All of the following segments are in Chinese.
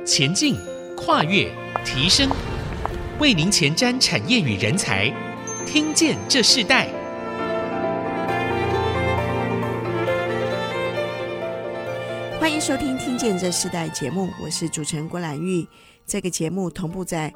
前进、跨越、提升，为您前瞻产业与人才，听见这世代。 欢迎收听《听见这世代》节目，我是主持人郭兰玉。这个节目同步在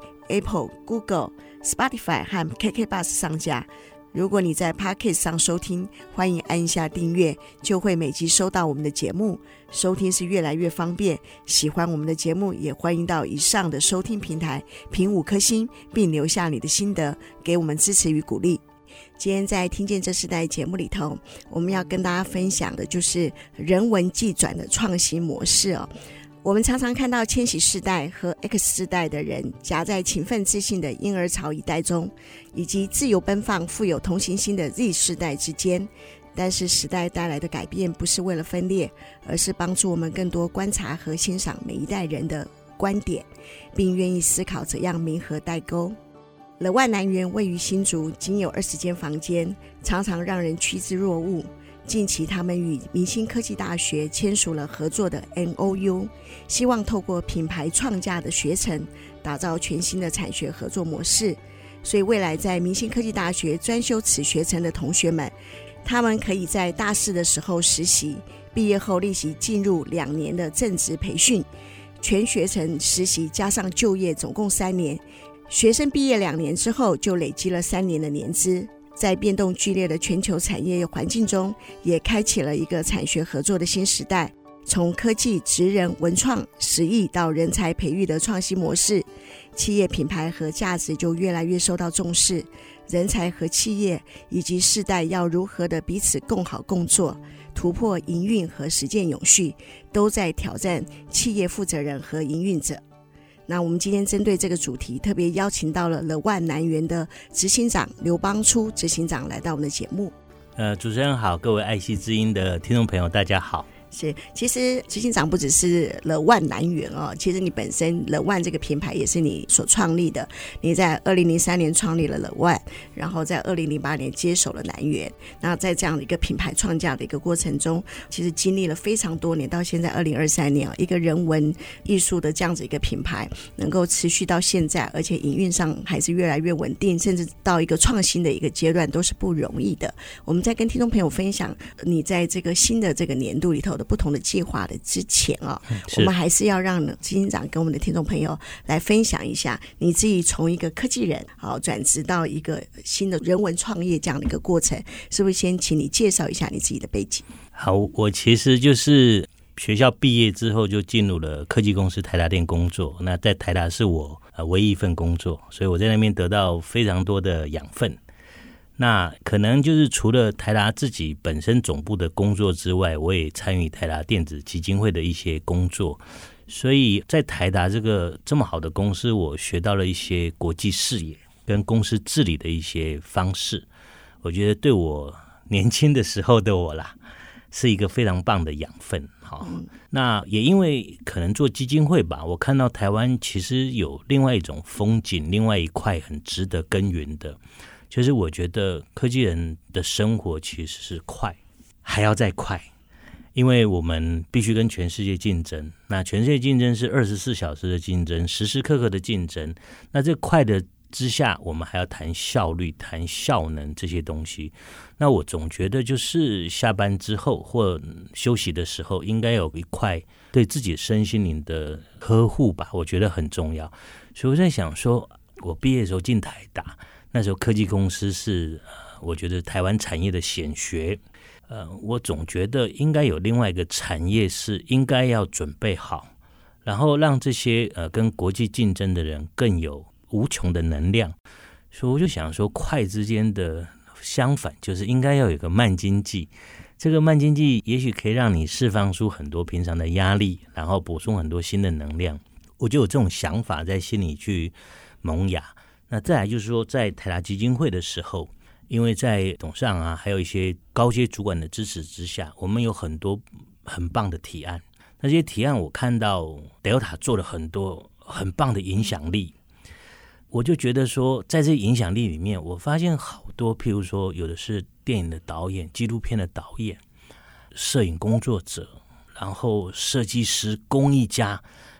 Apple、Google、Spotify 和 KKBOX 上架。如果你在 Podcast 上收听，欢迎按一下订阅，就会每集收到我们的节目。收听是越来越方便，喜欢我们的节目，也欢迎到以上的收听平台评5颗星，并留下你的心得，给我们支持与鼓励。今天在听见这世代节目里头，我们要跟大家分享的就是人文技转的创新模式哦。我们常常看到千禧世代和 X 世代的人夹在勤奋自信的婴儿潮一代中，以及自由奔放富有同情心的 Z 世代之间。但是时代带来的改变不是为了分裂，而是帮助我们更多观察和欣赏每一代人的观点，并愿意思考怎样弥合代沟。乐万南园位于新竹，仅有20间房间，常常让人趋之若鹜。近期他们与明星科技大学签署了合作的 MOU， 希望透过品牌创价的学程，打造全新的产学合作模式。所以未来在明星科技大学专修此学程的同学们，他们可以在大4的时候实习，毕业后立即进入2年的正职培训，全学程实习加上就业总共3年。学生毕业2年之后，就累积了3年的年资。在变动剧烈的全球产业环境中，也开启了一个产学合作的新时代。从科技、职人、文创、实艺到人才培育的创新模式，企业品牌和价值就越来越受到重视。人才和企业以及世代要如何的彼此共好共作，突破营运和实践永续，都在挑战企业负责人和营运者。那我们今天针对这个主题，特别邀请到了乐万南园的执行长刘邦初执行长来到我们的节目。 主持人好，各位爱惜之音的听众朋友大家好。 是，其实执行长不只是乐万南园哦，其实你本身乐万这个品牌也是你所创立的。你在2003年创立了乐万，然后在2008年接手了南园。那在这样的一个品牌创价的一个过程中，其实经历了非常多年，到现在2023年一个人文艺术的这样子一个品牌能够持续到现在，而且营运上还是越来越稳定，甚至到一个创新的一个阶段，都是不容易的。我们在跟听众朋友分享你在这个新的这个年度里头不同的计划的之前我们还是要让执行长跟我们的听众朋友来分享一下你自己从一个科技人转职到一个新的人文创业这样的一个过程，是不是先请你介绍一下你自己的背景？ 好，我其实就是学校毕业之后就进入了科技公司台达电工作，那在台达是我唯一一份工作，所以我在那边得到非常多的养分。那可能就是除了台达自己本身总部的工作之外，我也参与台达电子基金会的一些工作，所以在台达这么好的公司，我学到了一些国际视野跟公司治理的一些方式，我觉得对我年轻的时候的我啦，是一个非常棒的养分。那也因为可能做基金会吧，我看到台湾其实有另外一种风景，另外一块很值得耕耘的，就是我觉得科技人的生活其实是快，还要再快，因为我们必须跟全世界竞争。那全世界竞争是24小时的竞争，时时刻刻的竞争。那这快的之下，我们还要谈效率、谈效能这些东西。那我总觉得就是下班之后或休息的时候，应该有一块对自己身心灵的呵护吧，我觉得很重要。所以我在想说，我毕业的时候进台达，那时候科技公司是我觉得台湾产业的显学，我总觉得应该有另外一个产业是应该要准备好，然后让这些跟国际竞争的人更有无穷的能量。所以我就想说，快之间的相反就是应该要有一个慢经济，这个慢经济也许可以让你释放出很多平常的压力，然后补充很多新的能量。我就有这种想法在心里去萌芽。那再来就是说，在台达基金会的时候，因为在董事长还有一些高阶主管的支持之下，我们有很多很棒的提案。那些提案我看到 Delta 做了很多很棒的影响力，我就觉得说，在这影响力里面，我发现好多，譬如说有的是电影的导演、纪录片的导演、摄影工作者，然后设计师、工艺家，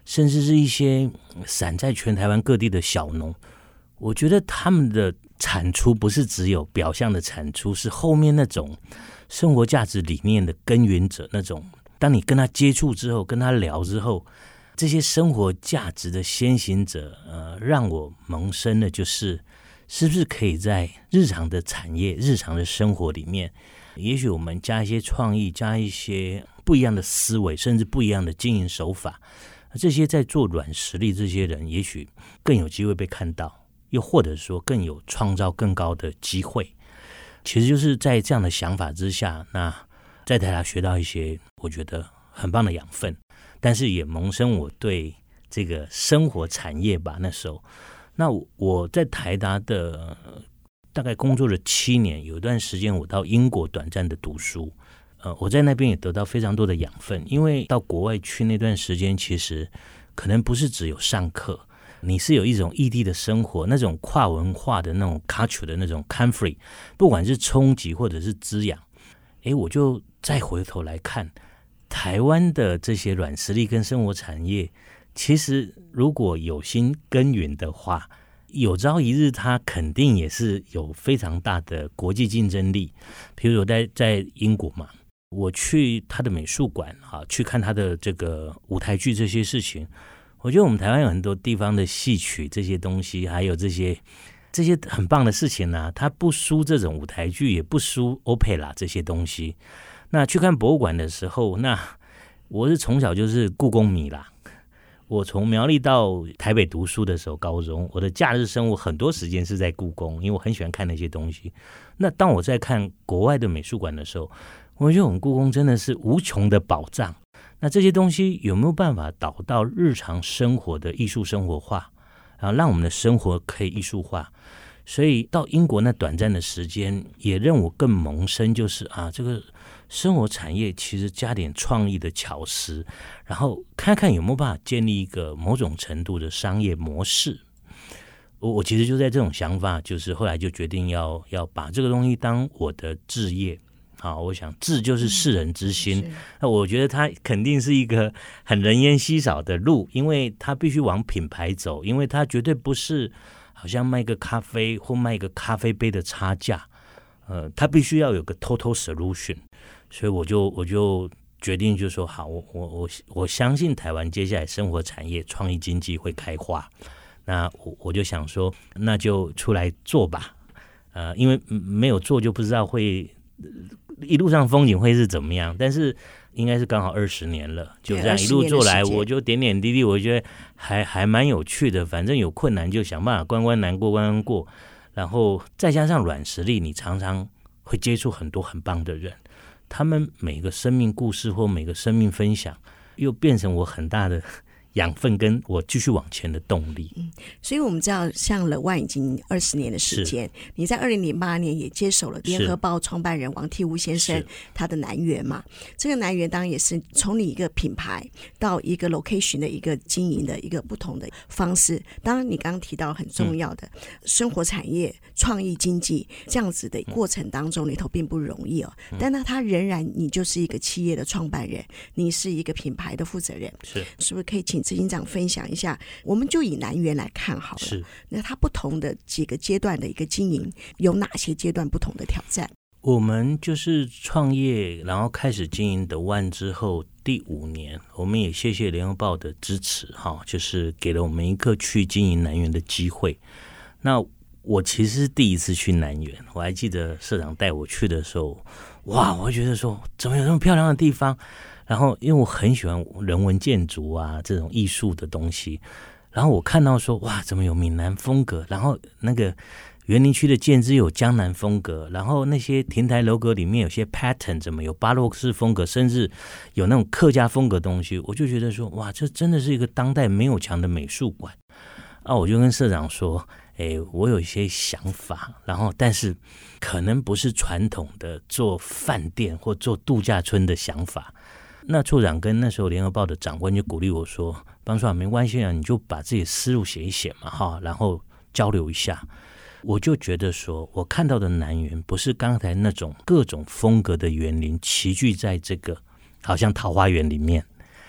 甚至是一些散在全台湾各地的小农，我觉得他们的产出不是只有表象的产出，是后面那种生活价值理念的耕耘者，那种当你跟他接触之后，跟他聊之后，这些生活价值的先行者，让我萌生的就是是不是可以在日常的产业、日常的生活里面，也许我们加一些创意，加一些不一样的思维，甚至不一样的经营手法，这些在做软实力这些人，也许更有机会被看到，又或者说更有创造更高的机会。其实就是在这样的想法之下，那在台大学到一些我觉得很棒的养分，但是也萌生我对这个生活产业吧。那时候，那我在台大的大概工作了7年，有一段时间我到英国短暂的读书，我在那边也得到非常多的养分，因为到国外去那段时间，其实可能不是只有上课，你是有一种异地的生活，那种跨文化的那种 culture 的那种 conflict， 不管是冲击或者是滋养。我就再回头来看台湾的这些软实力跟生活产业，其实如果有心耕耘的话，有朝一日它肯定也是有非常大的国际竞争力。比如说在英国嘛，我去他的美术馆去看他的这个舞台剧这些事情，我觉得我们台湾有很多地方的戏曲这些东西，还有这些很棒的事情啊，它不输这种舞台剧，也不输 opera 这些东西。那去看博物馆的时候，那我是从小就是故宫迷啦。我从苗栗到台北读书的时候，高中我的假日生活很多时间是在故宫，因为我很喜欢看那些东西。那当我在看国外的美术馆的时候，我觉得我们故宫真的是无穷的宝藏。那这些东西有没有办法导到日常生活的艺术生活化，让我们的生活可以艺术化？所以到英国那短暂的时间，也让我更萌生，就是这个生活产业其实加点创意的巧思，然后看看有没有办法建立一个某种程度的商业模式。我其实就在这种想法，就是后来就决定要把这个东西当我的志业。我想志就是世人之心，那我觉得它肯定是一个很人烟稀少的路，因为它必须往品牌走，因为它绝对不是好像卖个咖啡或卖个咖啡杯的差价，它必须要有个 total solution。所以我就决定就说好，我相信台湾接下来生活产业、创意经济会开花，那我就想说，那就出来做吧，因为没有做就不知道会一路上风景会是怎么样，但是应该是刚好20年了，就这样一路做来，我就点点滴滴，我觉得还蛮有趣的。反正有困难就想办法关关难过关关过，然后再加上软实力，你常常会接触很多很棒的人，他们每个生命故事或每个生命分享，又变成我很大的养分跟我继续往前的动力。 所以我们知道像Le Wan已经20年的时间，你在2008年也接手了联合报创办人王剔吾先生他的南园嘛，这个南园当然也是从你一个品牌到一个 location 的一个经营的一个不同的方式。当然你刚刚提到很重要的生活产业、创意经济这样子的过程当中里头并不容易但呢他仍然你就是一个企业的创办人，你是一个品牌的负责人，是不是可以请执行长分享一下？我们就以南园来看好了，那它不同的几个阶段的一个经营，有哪些阶段不同的挑战？ 我们就是创业，然后开始经营The One之后第5年，我们也谢谢联合报的支持，就是给了我们一个去经营南园的机会。那我其实第一次去南园，我还记得社长带我去的时候，哇，我会觉得说怎么有这么漂亮的地方，然后因为我很喜欢人文建筑这种艺术的东西，然后我看到说哇，怎么有闽南风格，然后那个园林区的建制有江南风格，然后那些亭台楼阁里面有些 pattern 怎么有巴洛式风格，甚至有那种客家风格的东西，我就觉得说哇，这真的是一个当代没有墙的美术馆我就跟社长说我有一些想法，然后但是可能不是传统的做饭店或做度假村的想法。那处长跟那时候联合报的长官就鼓励我说，帮处长没关系你就把自己的思路写一写嘛然后交流一下。我就觉得说我看到的南园不是刚才那种各种风格的园林齐聚在这个好像桃花源里面，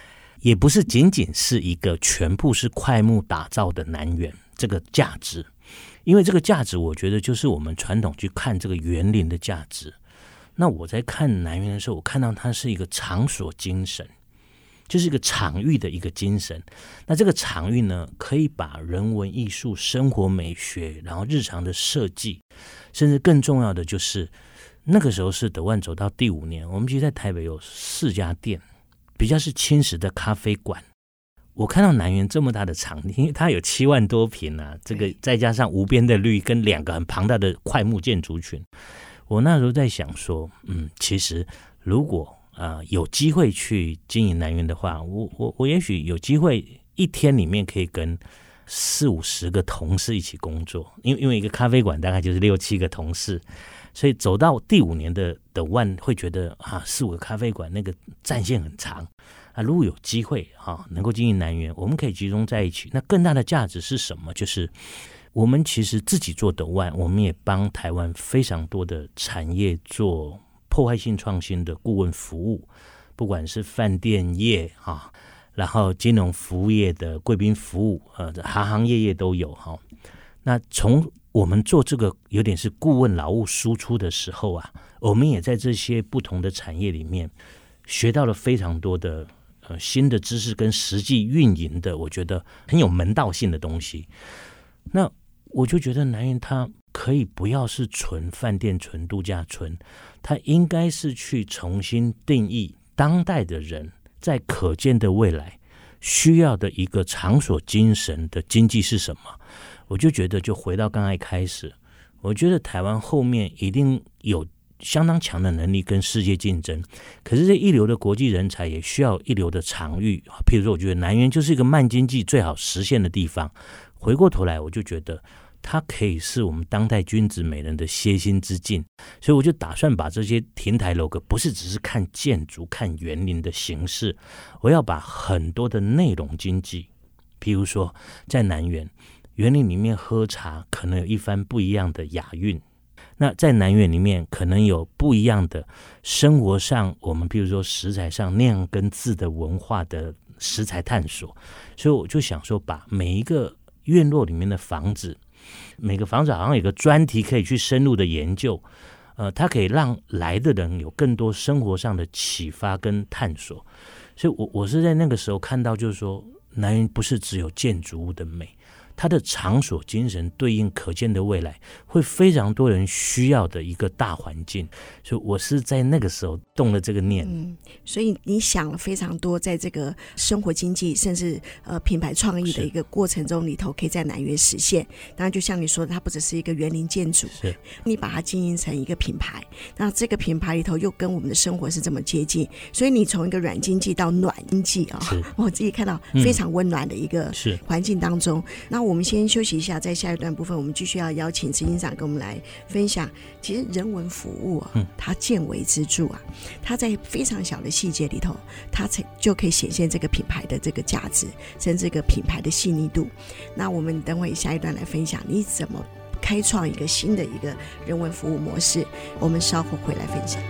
也不是仅仅是一个全部是块木打造的南园这个价值，因为这个价值我觉得就是我们传统去看这个园林的价值。那我在看南园的时候，我看到它是一个场所精神，就是一个场域的一个精神。那这个场域呢，可以把人文艺术、生活美学，然后日常的设计，甚至更重要的就是那个时候是德万走到第5年，我们其实在台北有4家店，比较是轻食的咖啡馆。我看到南园这么大的场地，因为它有7万多坪啊，这个再加上无边的绿跟2个很庞大的块木建筑群，我那时候在想说，其实如果有机会去经营南园的话，我也许有机会一天里面可以跟40-50个同事一起工作，因为一个咖啡馆大概就是6-7个同事，所以走到第5年的万会觉得4-5个咖啡馆那个战线很长如果有机会能够经营南园，我们可以集中在一起。那更大的价值是什么？就是我们其实自己做德万，我们也帮台湾非常多的产业做破坏性创新的顾问服务，不管是饭店业然后金融服务业的贵宾服务行行业业都有那从我们做这个有点是顾问劳务输出的时候我们也在这些不同的产业里面学到了非常多的新的知识跟实际运营的，我觉得很有门道性的东西。那我就觉得南园它可以不要是纯饭店、纯度假村，它应该是去重新定义当代的人在可见的未来需要的一个场所精神的经济是什么。我就觉得就回到刚才开始，我觉得台湾后面一定有相当强的能力跟世界竞争，可是这一流的国际人才也需要一流的场域。譬如说我觉得南园就是一个慢经济最好实现的地方，回过头来我就觉得它可以是我们当代君子美人的歇心之境，所以我就打算把这些亭台楼阁不是只是看建筑看园林的形式，我要把很多的内容经济，譬如说在南园园林里面喝茶可能有一番不一样的雅韵，那在南园里面可能有不一样的生活上，我们譬如说食材上酿跟字的文化的食材探索。所以我就想说把每一个院落里面的房子，每个房子好像有个专题可以去深入的研究，它可以让来的人有更多生活上的启发跟探索。所以我是在那个时候看到，就是说南园不是只有建筑物的美，它的场所精神对应可见的未来，会非常多人需要的一个大环境。所以我是在那个时候动了这个念。 所以你想了非常多，在这个生活经济甚至品牌创意的一个过程中里头，可以在南园实现。当然就像你说的，它不只是一个园林建筑，你把它经营成一个品牌，那这个品牌里头又跟我们的生活是这么接近，所以你从一个软经济到暖经济我自己看到非常温暖的一个环境当中。那我们先休息一下，在下一段部分我们继续要邀请执行长跟我们来分享，其实人文服务它见微知著它在非常小的细节里头，它就可以显现这个品牌的这个价值，甚至这个品牌的细腻度。那我们等会下一段来分享你怎么开创一个新的一个人文服务模式，我们稍后回来分享。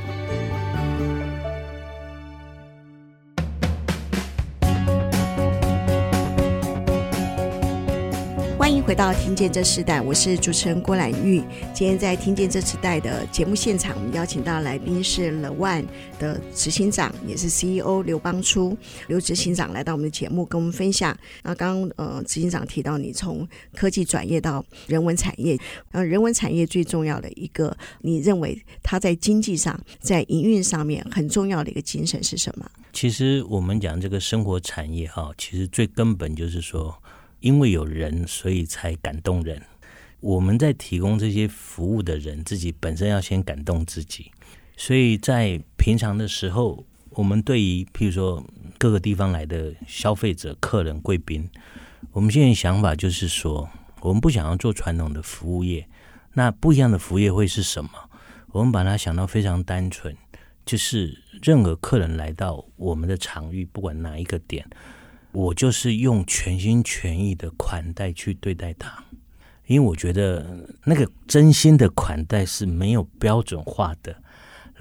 欢迎回到听见这时代，我是主持人郭兰玉。今天在听见这时代的节目现场，我们邀请到来宾是 The One 的执行长，也是 CEO 刘邦初，刘执行长来到我们的节目跟我们分享。那刚刚执行长提到你从科技转业到人文产业，人文产业最重要的一个，你认为它在经济上在营运上面很重要的一个精神是什么？ 其实我们讲这个生活产业其实最根本就是说，因为有人，所以才感动人。我们在提供这些服务的人，自己本身要先感动自己。所以在平常的时候，我们对于譬如说各个地方来的消费者、客人、贵宾，我们现在想法就是说，我们不想要做传统的服务业。那不一样的服务业会是什么？我们把它想到非常单纯，就是任何客人来到我们的场域，不管哪一个点，我就是用全心全意的款待去对待他。因为我觉得那个真心的款待是没有标准化的，然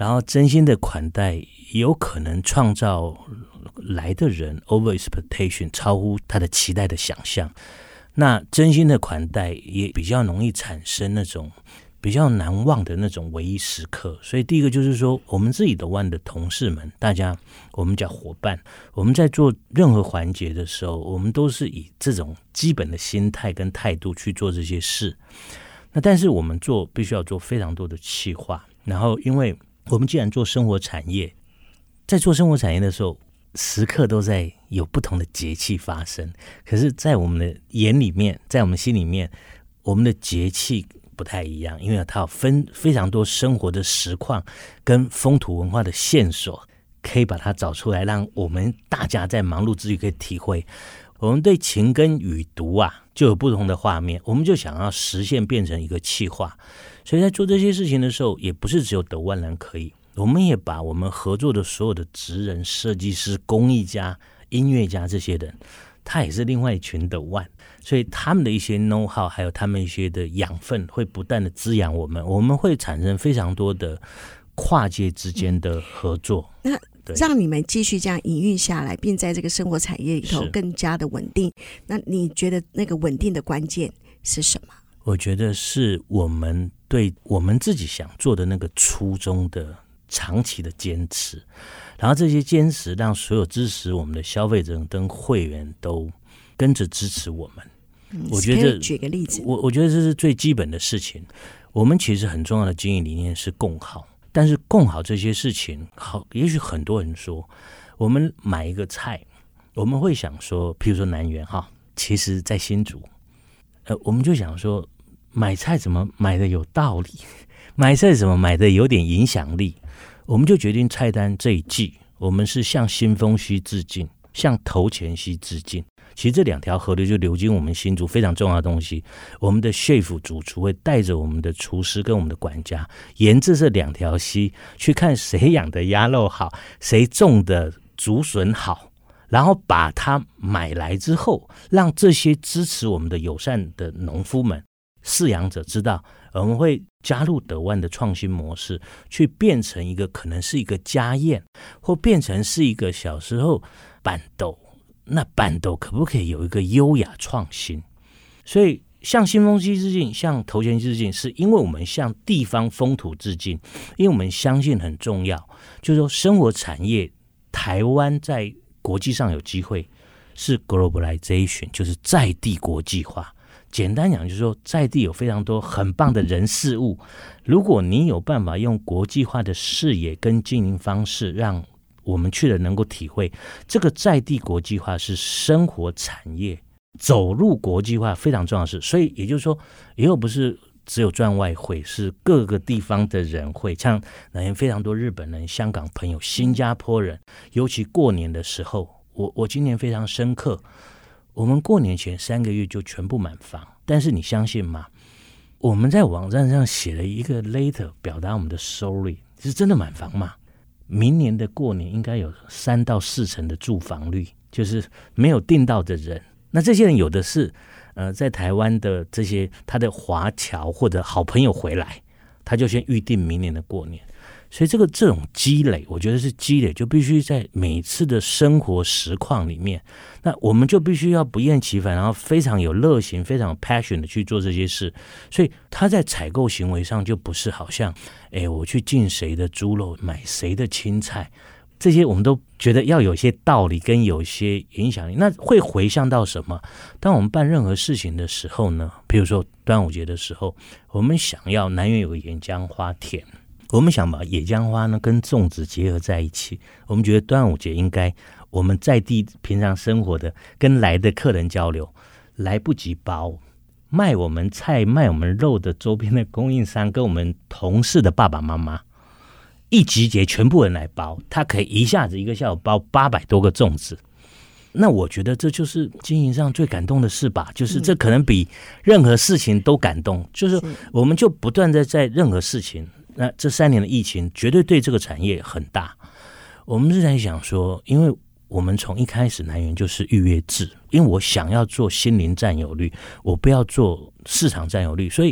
然后真心的款待有可能创造来的人 over expectation 超乎他的期待的想象，那真心的款待也比较容易产生那种比较难忘的那种唯一时刻。所以第一个就是说，我们自己的湾的同事们，大家我们叫伙伴，我们在做任何环节的时候，我们都是以这种基本的心态跟态度去做这些事。那但是我们必须要做非常多的企划，然后因为我们既然做生活产业，在做生活产业的时候，时刻都在有不同的节气发生，可是在我们的眼里面，在我们心里面，我们的节气不太一样，因为它有非常多生活的实况跟风土文化的线索，可以把它找出来，让我们大家在忙碌之余可以体会。我们对情跟雨读就有不同的画面，我们就想要实现变成一个企划。所以在做这些事情的时候，也不是只有德万人可以，我们也把我们合作的所有的职人、设计师、工艺家、音乐家这些人，他也是另外一群德万，所以他们的一些 know how 还有他们一些的养分会不断的滋养我们，我们会产生非常多的跨界之间的合作。 那让你们继续这样营运下来，并在这个生活产业里头更加的稳定，那你觉得那个稳定的关键是什么？ 我觉得是我们对我们自己想做的那个初衷的长期的坚持，然后这些坚持让所有支持我们的消费者跟会员都跟着支持我们。我觉得举个例子， 我觉得这是最基本的事情。我们其实很重要的经营理念是共好，但是共好这些事情，好，也许很多人说，我们买一个菜，我们会想说，譬如说南园其实在新竹，我们就想说，买菜怎么买的有道理，买菜怎么买的有点影响力，我们就决定菜单这一季，我们是向新丰溪致敬，向头前溪致敬。其实这两条河流就流经我们新竹非常重要的东西，我们的 chef 主厨会带着我们的厨师跟我们的管家，沿着这两条溪去看谁养的鸭肉好，谁种的竹笋好，然后把它买来之后，让这些支持我们的友善的农夫们、饲养者知道，我们会加入德万的创新模式，去变成一个可能是一个家宴，或变成是一个小时候板豆。那板豆可不可以有一个优雅创新？所以向新丰溪致敬，向头前溪致敬，是因为我们向地方风土致敬，因为我们相信很重要，就是说生活产业台湾在国际上有机会是 globalization， 就是在地国际化。简单讲就是说，在地有非常多很棒的人事物，如果你有办法用国际化的视野跟经营方式，让我们去了能够体会，这个在地国际化是生活产业走入国际化非常重要的事。所以也就是说，以后不是只有赚外汇，是各个地方的人会，像那边非常多日本人、香港朋友、新加坡人，尤其过年的时候，我今年非常深刻，我们过年前3个月就全部满房，但是你相信吗？我们在网站上写了一个 letter 表达我们的 sorry， 是真的满房吗？明年的过年应该有3到4成的住房率，就是没有订到的人。那这些人有的是在台湾的这些他的华侨或者好朋友回来，他就先预定明年的过年。所以这种积累，我觉得是积累，就必须在每次的生活实况里面，那我们就必须要不厌其烦，然后非常有热情、非常有 passion 的去做这些事。所以他在采购行为上就不是好像，我去进谁的猪肉，买谁的青菜，这些我们都觉得要有一些道理跟有一些影响力。那会回向到什么？当我们办任何事情的时候呢，比如说端午节的时候，我们想要南园有个岩浆花田，我们想把野姜花呢跟粽子结合在一起，我们觉得端午节应该我们在地平常生活的跟来的客人交流，来不及包卖我们菜卖我们肉的周边的供应商跟我们同事的爸爸妈妈一集结，全部人来包，他可以一下子一个下午包800多个粽子。那我觉得这就是经营上最感动的事吧，就是这可能比任何事情都感动，就是我们就不断的在任何事情，那这3年的疫情绝对对这个产业很大。我们是在想说，因为我们从一开始南园就是预约制，因为我想要做心灵占有率，我不要做市场占有率，所以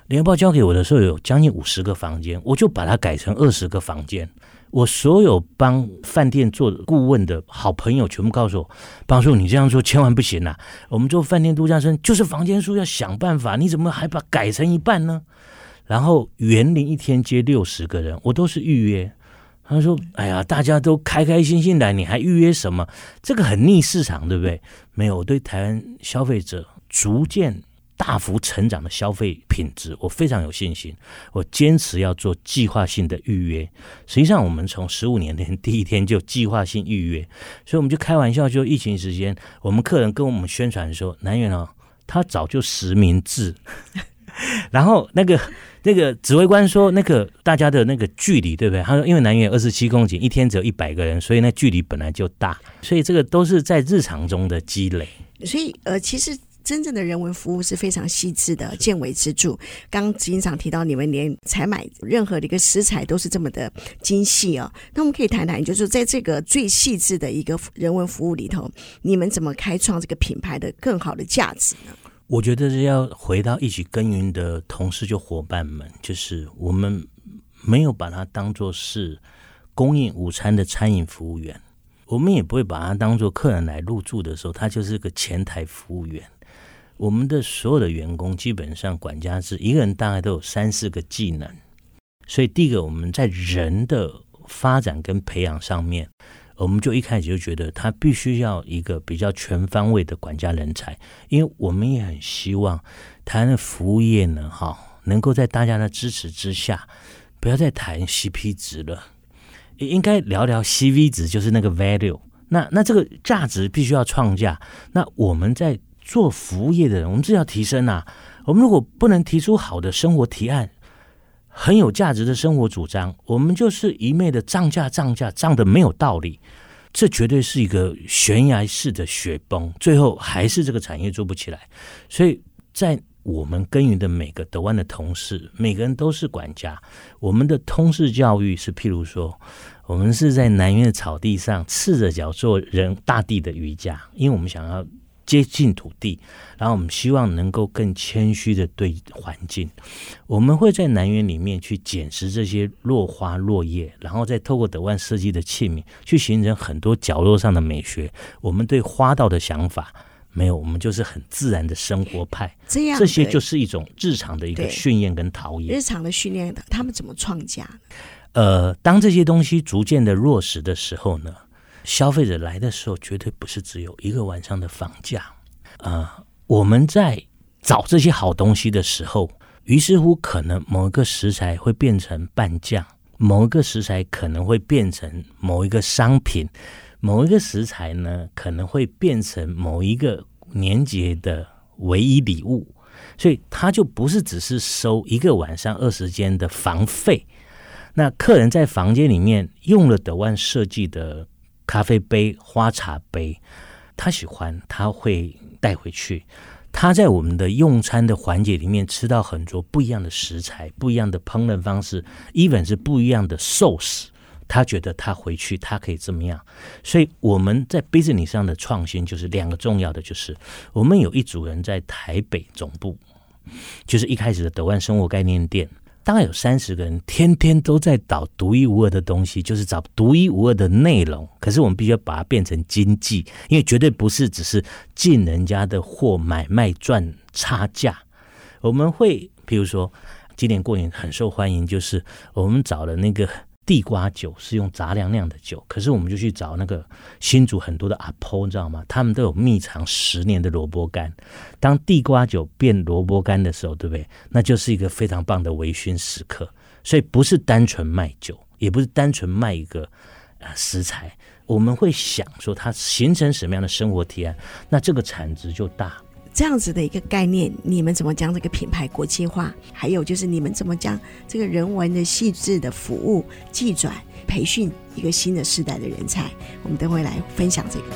联合报交给我的时候有将近50个房间，我就把它改成20个房间。我所有帮饭店做顾问的好朋友全部告诉我，帮叔你这样做千万不行啊，我们做饭店度假村就是房间数要想办法，你怎么还把改成一半呢？然后园林一天接60个人，我都是预约。他说哎呀，大家都开开心心来，你还预约什么？这个很逆市场，对不对？没有，我对台湾消费者逐渐大幅成长的消费品质我非常有信心，我坚持要做计划性的预约。实际上我们从15年前第一天就计划性预约，所以我们就开玩笑，就疫情时间我们客人跟我们宣传说，南园他早就实名制然后那个指挥官说，那个大家的那个距离，对不对？他说因为南园27公顷，一天只有100个人，所以那距离本来就大，所以这个都是在日常中的积累。 所以其实真正的人文服务是非常细致的，见微知著。刚刚执行长提到，你们连采买任何的一个食材都是这么的精细哦。那我们可以谈谈，就是在这个最细致的一个人文服务里头，你们怎么开创这个品牌的更好的价值呢？ 我觉得是要回到一起耕耘的同事就伙伴们，就是我们没有把它当作是供应午餐的餐饮服务员，我们也不会把它当作客人来入住的时候他就是个前台服务员。我们的所有的员工基本上管家制，一个人大概都有3-4个技能。所以第一个，我们在人的发展跟培养上面，我们就一开始就觉得他必须要一个比较全方位的管家人才，因为我们也很希望台湾的服务业呢，能够在大家的支持之下，不要再谈 CP 值了，应该聊聊 CV 值，就是那个 value。那这个价值必须要创价。那我们在做服务业的人，我们是要提升啊。我们如果不能提出好的生活提案，很有价值的生活主张，我们就是一昧的涨价涨得没有道理，这绝对是一个悬崖式的雪崩，最后还是这个产业做不起来。所以在我们耕耘的每个德湾的同事，每个人都是管家。我们的通识教育是，譬如说我们是在南园的草地上赤着脚做大地的瑜伽，因为我们想要接近土地，然后我们希望能够更谦虚的对环境。我们会在南园里面去捡拾这些落花落叶，然后再透过德湾设计的器皿去形成很多角落上的美学。我们对花道的想法没有，我们就是很自然的生活派，这些就是一种日常的一个训练跟陶冶。 日常的训练他们怎么创价？ 当这些东西逐渐的落实的时候呢，消费者来的时候绝对不是只有一个晚上的房价。我们在找这些好东西的时候，于是乎可能某一个食材会变成半价，某一个食材可能会变成某一个商品，某一个食材呢可能会变成某一个年节的唯一礼物。所以它就不是只是收一个晚上20间的房费，那客人在房间里面用了德湾设计的咖啡杯、花茶杯，他喜欢，他会带回去。他在我们的用餐的环节里面吃到很多不一样的食材，不一样的烹饪方式 even 是不一样的 sauce， 他觉得他回去他可以这么样。所以我们在 business 上的创新就是2个重要的，就是我们有一组人在台北总部，就是一开始的德湾生活概念店，大概有30个人天天都在找独一无二的东西，就是找独一无二的内容。可是我们必须要把它变成经济，因为绝对不是只是进人家的货买卖赚差价。我们会比如说今年过年很受欢迎，就是我们找了那个地瓜酒，是用杂粮酿的酒，可是我们就去找那个新竹很多的阿婆，你知道吗？他们都有秘藏10年的萝卜干。当地瓜酒变萝卜干的时候，对不对？那就是一个非常棒的微醺时刻。所以不是单纯卖酒，也不是单纯卖一个食材，我们会想说它形成什么样的生活提案，那这个产值就大。 这样子的一个概念，你们怎么将这个品牌国际化？还有就是你们怎么将这个人文的细致的服务技转培训一个新的世代的人才？我们等会来分享这个。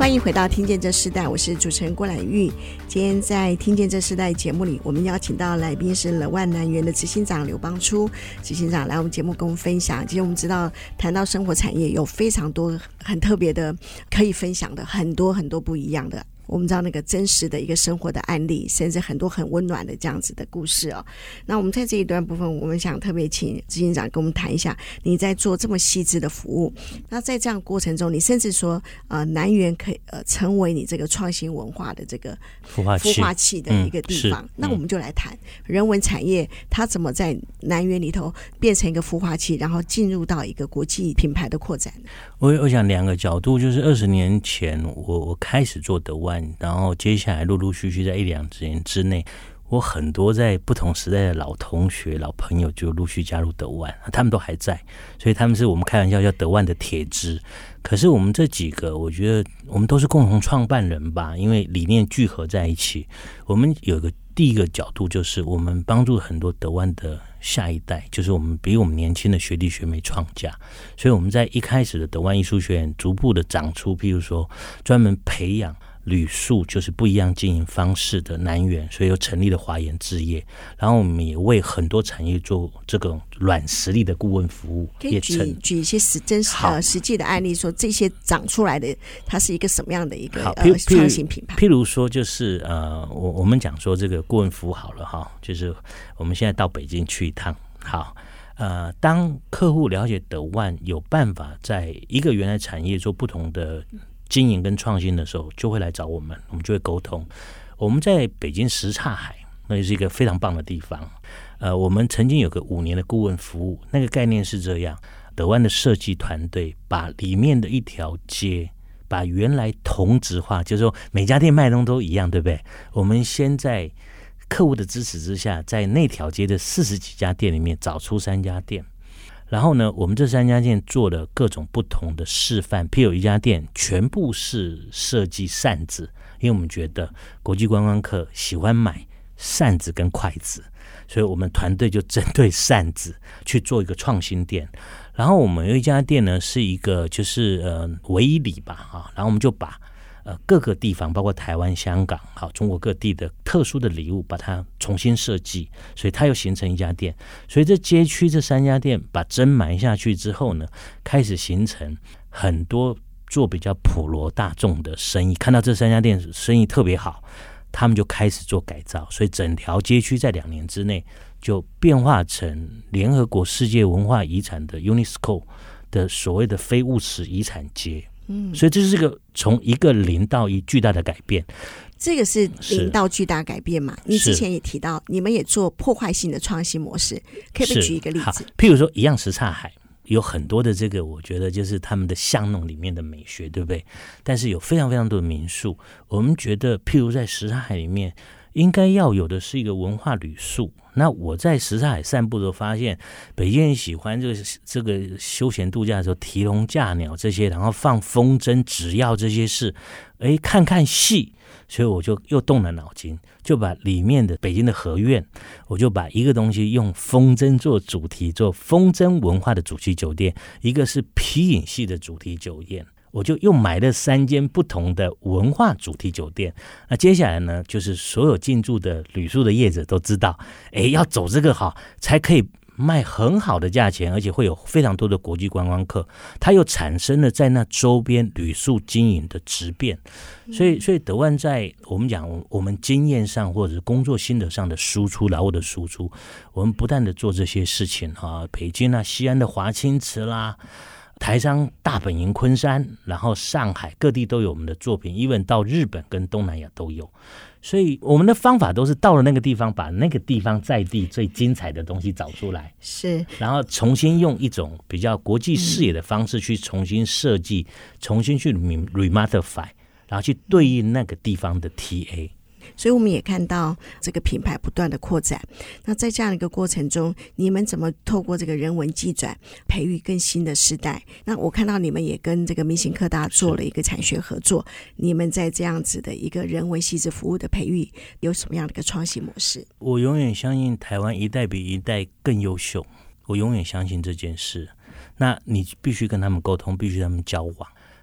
欢迎回到听见这世代，我是主持人郭兰玉。今天在听见这世代节目里，我们邀请到来宾是乐万南园的执行长刘邦初执行长来我们节目跟我们分享。其实我们知道谈到生活产业有非常多很特别的可以分享的，很多很多不一样的，我们知道那个真实的一个生活的案例，甚至很多很温暖的这样子的故事哦。那我们在这一段部分，我们想特别请执行长跟我们谈一下，你在做这么细致的服务，那在这样过程中，你甚至说南园可以成为你这个创新文化的这个孵化器的一个地方。那我们就来谈人文产业，它怎么在南园里头变成一个孵化器，然后进入到一个国际品牌的扩展。 我想两个角度，就是20年前我开始做德湾，然后接下来陆陆续续在1-2年之内，我很多在不同时代的老同学老朋友就陆续加入德湾，他们都还在，所以他们是我们开玩笑叫德湾的铁支。可是我们这几个我觉得我们都是共同创办人吧，因为理念聚合在一起。我们有一个第一个角度，就是我们帮助很多德湾的下一代，就是我们比我们年轻的学弟学妹创价，所以我们在一开始的德湾艺术学院逐步的长出，譬如说专门培养旅宿，就是不一样经营方式的南园，所以又成立了华研置业。然后我们也为很多产业做这种软实力的顾问服务。 可以举一些实际的案例，说这些长出来的它是一个什么样的一个创新品牌？ 譬如说就是我们讲说这个顾问服务好了哈，就是我们现在到北京去一趟，好。当客户了解德湾有办法在一个原来产业做不同的经营跟创新的时候，就会来找我们，我们就会沟通。我们在北京什刹海，那也是一个非常棒的地方。我们曾经有个5年的顾问服务，那个概念是这样：德湾的设计团队把里面的一条街，把原来同质化，就是说每家店卖的东西都一样，对不对？我们先在客户的支持之下，在那条街的40几家店里面找出3家店。然后呢，我们这3家店做了各种不同的示范，譬如一家店全部是设计扇子，因为我们觉得国际观光客喜欢买扇子跟筷子，所以我们团队就针对扇子去做一个创新店。然后我们有一家店呢，是一个就是唯一礼吧啊，然后我们就把各个地方包括台湾、香港、好中国各地的特殊的礼物把它重新设计，所以它又形成一家店。所以这街区这3家店把针埋下去之后呢，开始形成很多做比较普罗大众的生意，看到这3家店生意特别好，他们就开始做改造，所以整条街区在2年之内就变化成联合国世界文化遗产的 UNESCO 的所谓的非物质遗产街。所以这是个从一个0到1巨大的改变。 这个是0到巨大改变嘛？你之前也提到，你们也做破坏性的创新模式，可以不可以举一个例子？ 譬如说，一样什刹海有很多的这个，我觉得就是他们的巷弄里面的美学，对不对？但是有非常非常多的民宿，我们觉得，譬如在什刹海里面，应该要有的是一个文化旅宿。那我在什刹海散步的时候发现，北京人喜欢这个休闲度假的时候提笼架鸟这些，然后放风筝、纸鹞这些事，看看戏，所以我就又动了脑筋，就把里面的北京的河苑，我就把一个东西用风筝做主题，做风筝文化的主题酒店，一个是皮影戏的主题酒店。我就又买了3间不同的文化主题酒店。那接下来呢，就是所有进驻的旅宿的业者都知道，要走这个好，才可以卖很好的价钱，而且会有非常多的国际观光客，它又产生了在那周边旅宿经营的质变。所以德湾在我们讲我们经验上或者是工作心得上的输出，劳务的输出，我们不断的做这些事情哈，北京啊、西安的华清池啦，台商大本营昆山，然后上海各地都有我们的作品 even 到日本跟东南亚都有。所以我们的方法都是到了那个地方，把那个地方在地最精彩的东西找出来， 是，然后重新用一种比较国际视野的方式去重新设计，重新去 remodify， 然后去对应那个地方的 TA。 所以我们也看到这个品牌不断的扩展。那在这样一个过程中，你们怎么透过这个人文技转培育更新的世代？那我看到你们也跟这个明行科大做了一个产学合作，你们在这样子的一个人文细致服务的培育有什么样的一个创新模式？ 我永远相信台湾一代比一代更优秀，我永远相信这件事。那你必须跟他们沟通，必须跟他们交往。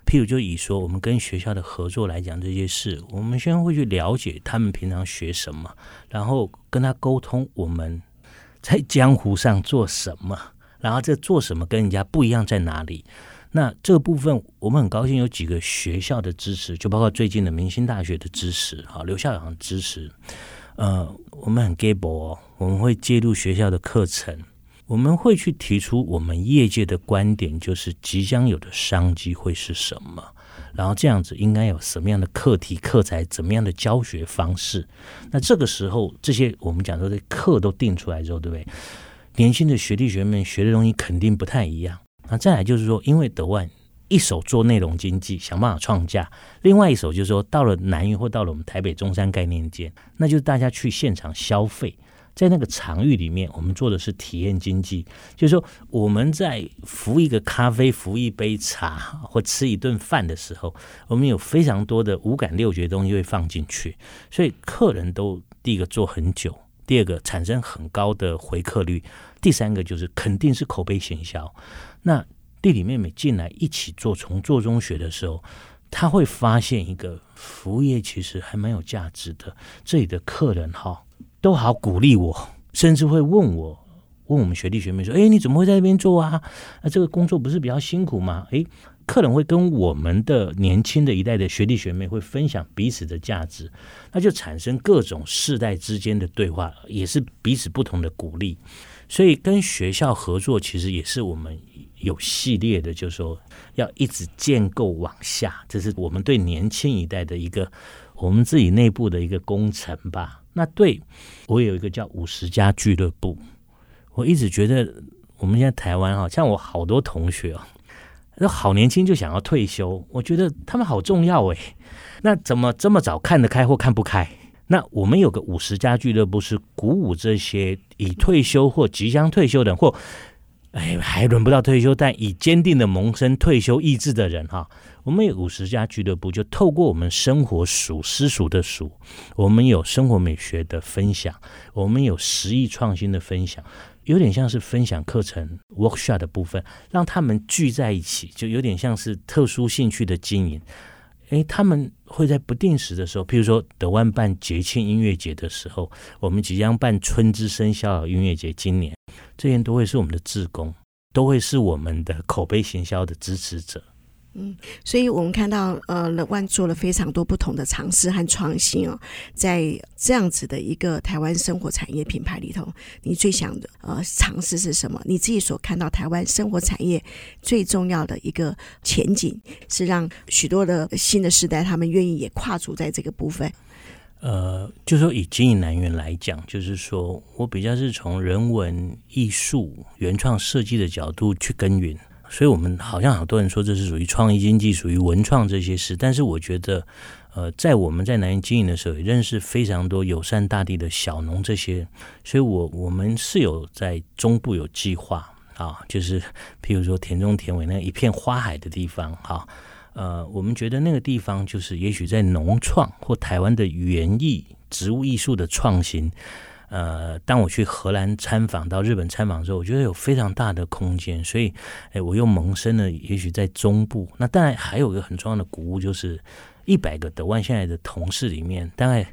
譬如就以说我们跟学校的合作来讲这些事，我们先会去了解他们平常学什么，然后跟他沟通我们在江湖上做什么，然后这做什么跟人家不一样在哪里。那这个部分我们很高兴有几个学校的支持，就包括最近的明星大学的支持，刘校长的支持。我们很 gable 我们会介入学校的课程，我们会去提出我们业界的观点，就是即将有的商机会是什么，然后这样子应该有什么样的课题课材，怎么样的教学方式。那这个时候这些我们讲说的课都定出来之后，对不对？年轻的学弟学妹学的东西肯定不太一样。那再来就是说，因为德万一手做内容经济，想办法创价，另外一手就是说到了南园或到了我们台北中山概念街，那就是大家去现场消费，在那个场域里面我们做的是体验经济，就是说我们在服一个咖啡服一杯茶或吃一顿饭的时候，我们有非常多的五感六觉的东西会放进去，所以客人都第一个做很久，第二个产生很高的回客率，第三个就是肯定是口碑行销。那弟弟妹妹进来一起做，从做中学的时候，他会发现一个服务业其实还蛮有价值的。这里的客人都好鼓励我，甚至会问我们学弟学妹说：“你怎么会在这边做啊？这个工作不是比较辛苦吗？”客人会跟我们的年轻的一代的学弟学妹会分享彼此的价值，那就产生各种世代之间的对话，也是彼此不同的鼓励。所以跟学校合作其实也是我们有系列的，就是说要一直建构往下，这是我们对年轻一代的一个我们自己内部的一个工程吧。那对我有一个叫50家俱乐部，我一直觉得我们现在台湾像我好多同学好年轻就想要退休，我觉得他们好重要那怎么这么早看得开或看不开？那我们有个50家俱乐部，是鼓舞这些已退休或即将退休的人，或还轮不到退休但以坚定的萌生退休意志的人我们有50家俱乐部，就透过我们生活署私塾的署，我们有生活美学的分享，我们有实艺创新的分享，有点像是分享课程 workshop 的部分，让他们聚在一起，就有点像是特殊兴趣的经营。他们会在不定时的时候，譬如说德万办节庆音乐节的时候，我们即将办春之声逍遥音乐节，今年这些都会是我们的志工，都会是我们的口碑行销的支持者。 所以我们看到乐万做了非常多不同的尝试和创新在这样子的一个台湾生活产业品牌里头，你最想的尝试是什么？你自己所看到台湾生活产业最重要的一个前景，是让许多的新的世代他们愿意也跨足在这个部分。 就是说以经营南园来讲，就是说我比较是从人文艺术原创设计的角度去耕耘，所以我们好像好多人说这是属于创意经济，属于文创这些事，但是我觉得在我们在南园经营的时候也认识非常多友善大地的小农这些，所以我们是有在中部有计划就是譬如说田中田尾那一片花海的地方我们觉得那个地方就是也许在农创或台湾的园艺植物艺术的创新，当我去荷兰参访到日本参访的时候，我觉得有非常大的空间，所以我又萌生了也许在中部。那当然还有一个很重要的鼓舞，就是100个德万现在的同事里面大概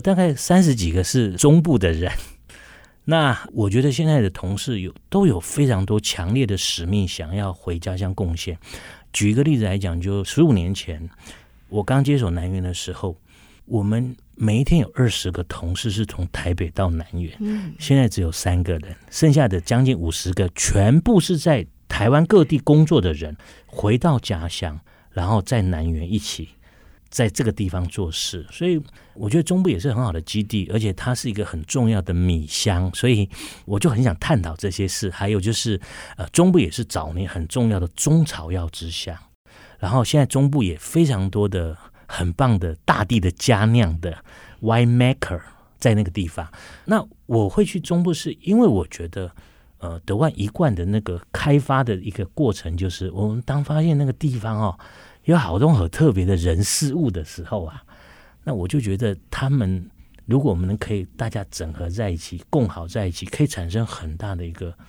30几个是中部的人。那我觉得现在的同事都有非常多强烈的使命，想要回家乡贡献。举一个例子来讲，就15年前我刚接手南园的时候，我们每一天有20个同事是从台北到南园，现在只有3个人，剩下的将近50个全部是在台湾各地工作的人，回到家乡，然后在南园一起在这个地方做事。所以我觉得中部也是很好的基地，而且它是一个很重要的米乡，所以我就很想探讨这些事。还有就是中部也是早年很重要的中草药之乡，然后现在中部也非常多的很棒的大地的佳酿的 wine maker 在那个地方。那我会去中部是因为我觉得德万一贯的那个开发的一个过程，就是我们当发现那个地方有好多很特别的人事物的时候那我就觉得他们如果我们可以大家整合在一起，共好在一起，可以产生很大的一个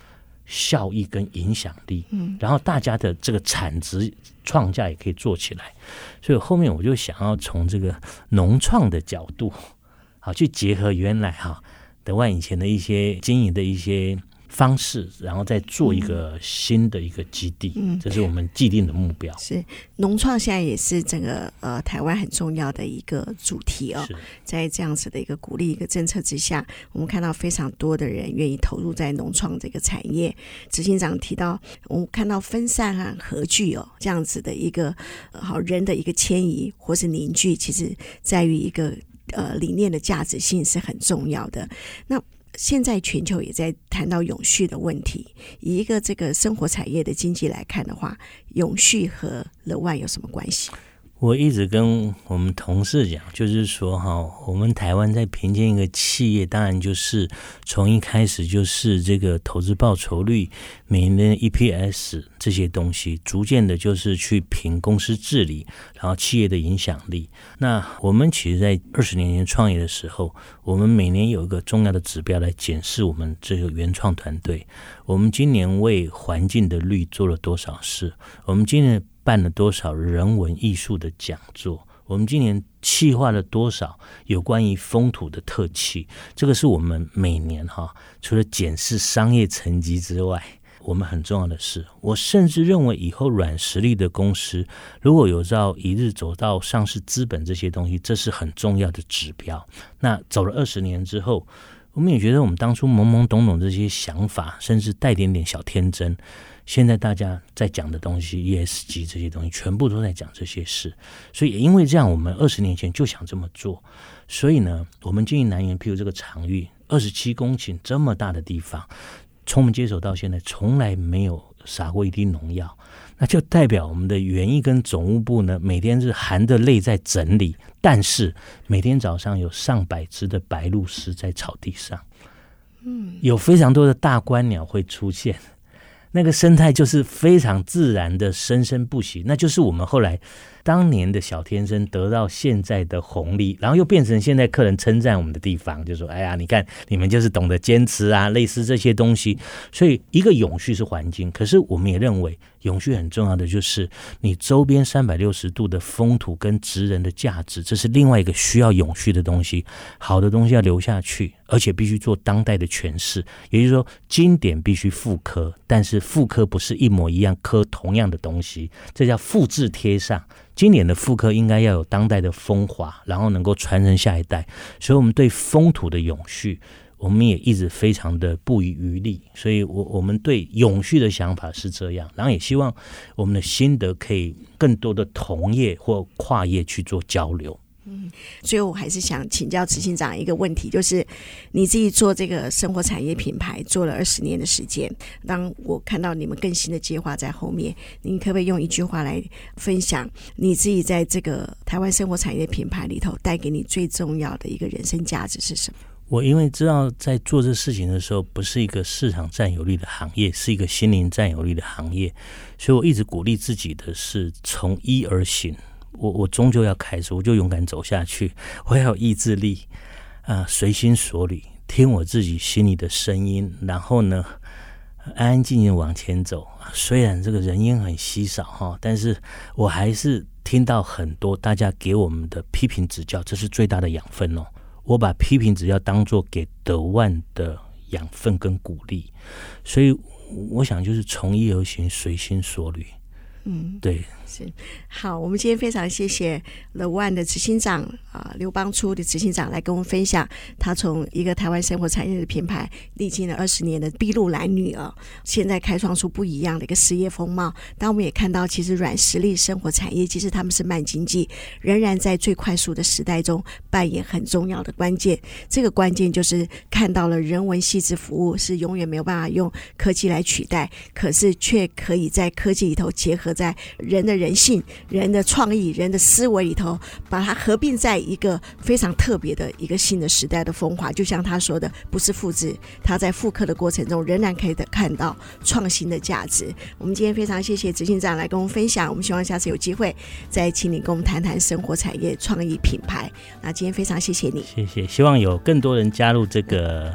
效益跟影响力，然后大家的这个产值创价也可以做起来。所以后面我就想要从这个农创的角度，好去结合原来德万以前的一些经营的一些方式，然后再做一个新的一个基地，这是我们既定的目标。 是农创现在也是整个台湾很重要的一个主题哦。在这样子的一个鼓励一个政策之下，我们看到非常多的人愿意投入在农创这个产业。执行长提到，我们看到分散和合聚这样子的一个人的一个迁移或是凝聚，其实在于一个理念的价值性是很重要的。那现在全球也在谈到永续的问题，以一个这个生活产业的经济来看的话，永续和 The One 有什么关系？ 我一直跟我们同事讲，就是说我们台湾在评鉴一个企业，当然就是从一开始就是这个投资报酬率、每年的 EPS 这些东西，逐渐的就是去评公司治理，然后企业的影响力。那我们其实在20年前创业的时候，我们每年有一个重要的指标来检视我们这个原创团队，我们今年为环境的绿做了多少事，我们今年办了多少人文艺术的讲座，我们今年企划了多少有关于风土的特辑。这个是我们每年除了检视商业成绩之外，我们很重要的事。我甚至认为以后软实力的公司如果有朝一日走到上市资本这些东西，这是很重要的指标。那走了20年之后，我们也觉得我们当初懵懵懂懂这些想法，甚至带点点小天真，现在大家在讲的东西 ESG 这些东西全部都在讲这些事。所以也因为这样，我们20年前就想这么做。所以呢，我们经营南园譬如这个场域27公顷这么大的地方，从我们接手到现在从来没有撒过一滴农药，那就代表我们的园艺跟总务部呢，每天是含着泪在整理，但是每天早上有上百只的白鹭鸶在草地上，有非常多的大观鸟会出现，那个生态就是非常自然的生生不息，那就是我们后来当年的小天生得到现在的红利，然后又变成现在客人称赞我们的地方，就说哎呀，你看你们就是懂得坚持啊，类似这些东西。所以一个永续是环境，可是我们也认为永续很重要的就是你周边360度的风土跟职人的价值，这是另外一个需要永续的东西。好的东西要留下去，而且必须做当代的诠释，也就是说经典必须复刻，但是复刻不是一模一样刻同样的东西，这叫复制贴上。经典的复刻应该要有当代的风华，然后能够传承下一代。所以我们对风土的永续，我们也一直非常的不遗余力。所以我们对永续的想法是这样，然后也希望我们的心得可以更多的同业或跨业去做交流。 所以我还是想请教执行长一个问题，就是你自己做这个生活产业品牌做了20年的时间，当我看到你们更新的计划在后面，您可不可以用一句话来分享你自己在这个台湾生活产业品牌里头带给你最重要的一个人生价值是什么？ 我因为知道在做这事情的时候不是一个市场占有率的行业，是一个心灵占有率的行业，所以我一直鼓励自己的是从一而行。我终究要开始，我就勇敢走下去，我要有意志力，随心所欲，听我自己心里的声音，然后呢安安静静往前走。虽然这个人烟很稀少但是我还是听到很多大家给我们的批评指教，这是最大的养分哦。我把批评指教当作给The One的养分跟鼓励，所以我想就是从一而行，随心所欲。对， 是好。我们今天非常谢谢 The One 的执行长刘邦初的执行长来跟我们分享，他从一个台湾生活产业的品牌历经了20年的筚路蓝缕现在开创出不一样的一个事业风貌。当我们也看到，其实软实力生活产业，即使他们是慢经济，仍然在最快速的时代中扮演很重要的关键。这个关键就是看到了人文细致服务是永远没有办法用科技来取代，可是却可以在科技里头结合在人的人性、人的创意、人的思维里头，把它合并在一个非常特别的一个新的时代的风华。就像他说的，不是复制，他在复刻的过程中仍然可以看到创新的价值。我们今天非常谢谢执行长来跟我们分享，我们希望下次有机会再请你跟我们谈谈生活产业创意品牌。那今天非常谢谢你， 谢谢，希望有更多人加入这个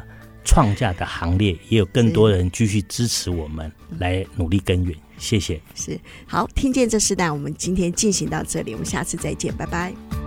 创价的行列，也有更多人继续支持我们来努力耕耘。谢谢。 是，好，听见这世代，我们今天进行到这里，我们下次再见，拜拜。